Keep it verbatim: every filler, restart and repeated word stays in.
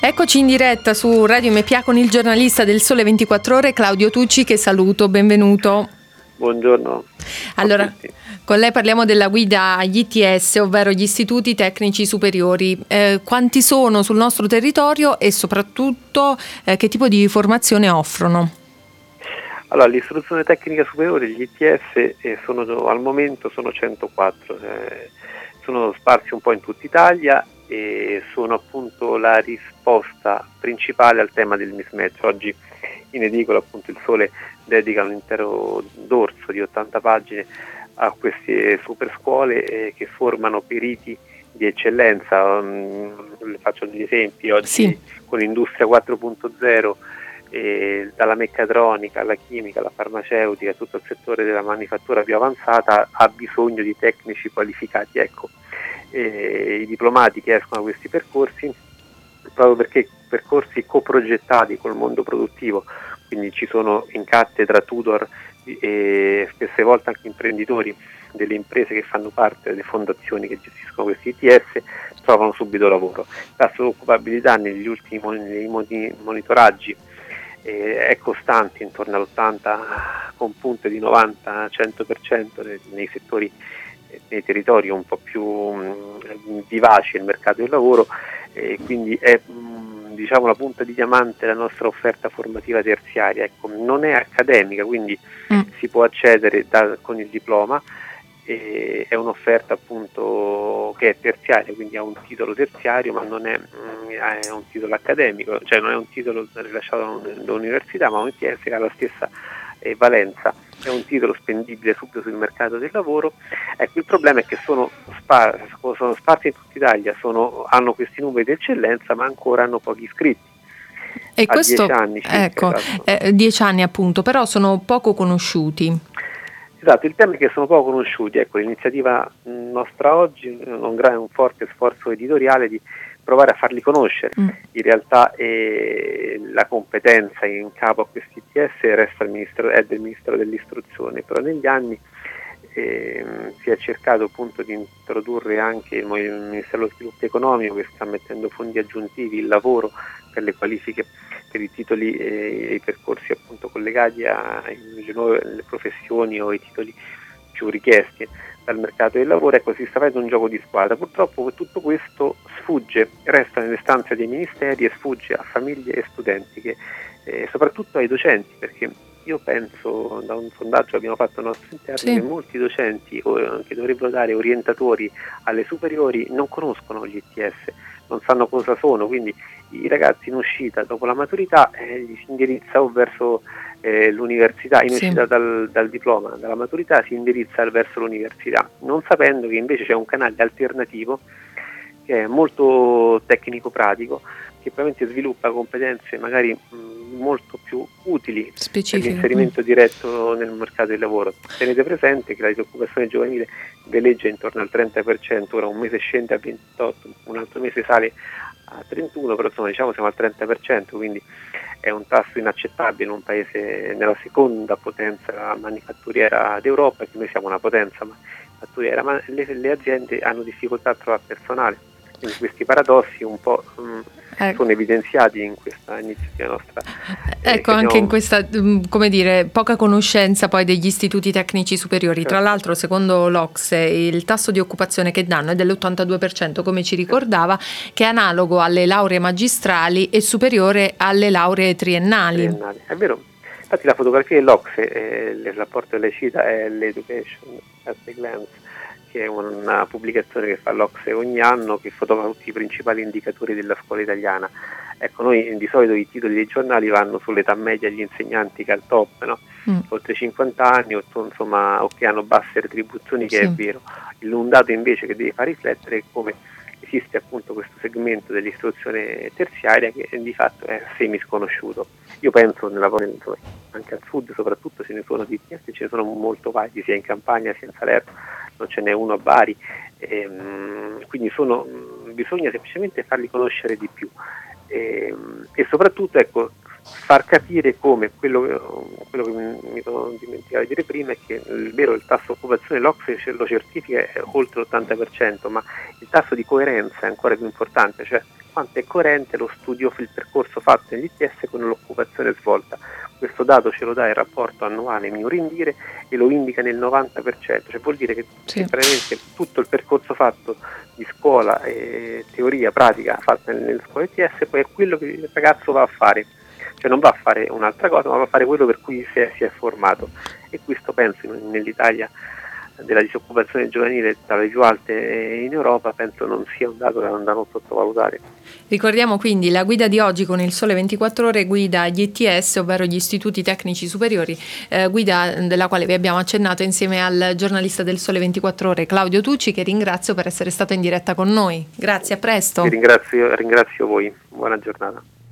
Eccoci in diretta su Radio M P A con il giornalista del Sole ventiquattro Ore Claudio Tucci, che saluto, benvenuto. Buongiorno. Allora, con lei parliamo della guida agli I T S, ovvero gli istituti tecnici superiori. Eh, quanti sono sul nostro territorio e soprattutto eh, che tipo di formazione offrono? Allora, l'istruzione tecnica superiore, gli I T S, eh, sono, al momento sono centoquattro, eh, sono sparsi un po' in tutta Italia e sono appunto la risposta principale al tema del mismatch. Oggi in edicola appunto il Sole dedica un intero dorso di ottanta pagine a queste super scuole eh, che formano periti di eccellenza. Um, le faccio degli esempi oggi sì. Con Industria quattro punto zero, eh, dalla meccatronica alla chimica alla farmaceutica, tutto il settore della manifattura più avanzata ha bisogno di tecnici qualificati. Ecco, eh, i diplomati che escono da questi percorsi, proprio perché percorsi coprogettati col mondo produttivo, quindi ci sono in cattedra tutor e spesse volte anche imprenditori delle imprese che fanno parte delle fondazioni che gestiscono questi I T S, trovano subito lavoro. La tasso di occupabilità negli ultimi monitoraggi eh, è costante, intorno all'ottanta, con punte di novanta cento per cento nei settori, nei territori un po' più mh, vivaci del mercato del lavoro, e quindi è mh, diciamo la punta di diamante della nostra offerta formativa terziaria. Ecco, non è accademica, quindi mm. si può accedere da, con il diploma, e è un'offerta appunto che è terziaria, quindi ha un titolo terziario, ma non è, mh, è un titolo accademico, cioè non è un titolo rilasciato dall'università, ma un I T S che ha la stessa eh, valenza. È un titolo spendibile subito sul mercato del lavoro. Ecco, il problema è che sono, spar- sono sparsi in tutta Italia, sono, hanno questi numeri di eccellenza, ma ancora hanno pochi iscritti. E a questo, dieci anni circa, ecco, esatto. eh, dieci anni appunto, però sono poco conosciuti. Esatto, il tema è che sono poco conosciuti. Ecco, l'iniziativa nostra oggi è un, gran, un forte sforzo editoriale di provare a farli conoscere. Mm. In realtà eh, la competenza in capo a questi I T S resta il ministero, è del Ministero dell'Istruzione, però negli anni eh, si è cercato appunto di introdurre anche il, il Ministero dello Sviluppo Economico, che sta mettendo fondi aggiuntivi, il lavoro per le qualifiche, per i titoli e i percorsi appunto collegati alle nuove professioni o i titoli più richiesti dal mercato del lavoro. Ecco, si sta facendo un gioco di squadra. Purtroppo tutto questo sfugge, resta nelle stanze dei ministeri e sfugge a famiglie e studenti, che, eh, soprattutto ai docenti, perché io penso, da un sondaggio che abbiamo fatto al nostro interno, sì. che molti docenti o, che dovrebbero dare orientatori alle superiori non conoscono gli I T S, non sanno cosa sono, quindi i ragazzi in uscita dopo la maturità eh, li si indirizza o verso eh, l'università, in sì. uscita dal, dal diploma, dalla maturità si indirizza verso l'università, non sapendo che invece c'è un canale alternativo che è molto tecnico-pratico, che probabilmente sviluppa competenze magari mh, molto più utili Specifico. per l'inserimento diretto nel mercato del lavoro. Tenete presente che la disoccupazione giovanile veleggia intorno al trenta per cento, ora un mese scende a ventotto, un altro mese sale a trentuno, però insomma diciamo siamo al trenta per cento, quindi è un tasso inaccettabile in un paese, nella seconda potenza manifatturiera d'Europa, che noi siamo una potenza manifatturiera, ma le, le aziende hanno difficoltà a trovare personale. Quindi questi paradossi un po' mh, ecco. sono evidenziati in questa iniziativa nostra. Eh, ecco, anche abbiamo... in questa, come dire, poca conoscenza poi degli istituti tecnici superiori. Certo. Tra l'altro, secondo l'Ocse, il tasso di occupazione che danno è dell'ottantadue per cento, come ci ricordava, che è analogo alle lauree magistrali e superiore alle lauree triennali. triennali. È vero. Infatti la fotografia dell'Ocse, eh, il rapporto che lei cita è l'Education at a Glance, che è una pubblicazione che fa l'Ocse ogni anno, che fotografa tutti i principali indicatori della scuola italiana. Ecco, noi di solito i titoli dei giornali vanno sull'età media degli insegnanti, che è al top, no? Mm. Oltre cinquanta anni, o, insomma, o che hanno basse retribuzioni, che sì. è vero. Un dato invece che deve far riflettere è come esiste appunto questo segmento dell'istruzione terziaria che di fatto è semi sconosciuto. Io penso nella insomma, anche al sud soprattutto ce ne sono di I T S, ce ne sono molto validi, sia in Campania sia in Salerno, non ce n'è uno a Bari, ehm, quindi sono, bisogna semplicemente farli conoscere di più, ehm, e soprattutto ecco, far capire come quello, quello che mi sono dimenticato di dire prima è che il vero il tasso di occupazione l'Ocse lo certifica è oltre l'ottanta per cento, ma il tasso di coerenza è ancora più importante, cioè quanto è coerente lo studio, il percorso fatto negli I T S con l'occupazione svolta. Questo dato ce lo dà il rapporto annuale Miur Indire e lo indica nel novanta per cento, cioè vuol dire che, sì. che praticamente tutto il percorso fatto di scuola, e teoria, pratica fatta nelle scuole I T S poi è quello che il ragazzo va a fare, cioè non va a fare un'altra cosa ma va a fare quello per cui si è, si è formato, e questo penso nell'Italia della disoccupazione giovanile tra le più alte in Europa, penso non sia un dato da non sottovalutare. Ricordiamo quindi la guida di oggi con il Sole ventiquattro Ore, guida gli I T S, ovvero gli istituti tecnici superiori, eh, guida della quale vi abbiamo accennato insieme al giornalista del Sole ventiquattro Ore Claudio Tucci, che ringrazio per essere stato in diretta con noi. Grazie, a presto. Vi ringrazio, ringrazio voi, buona giornata.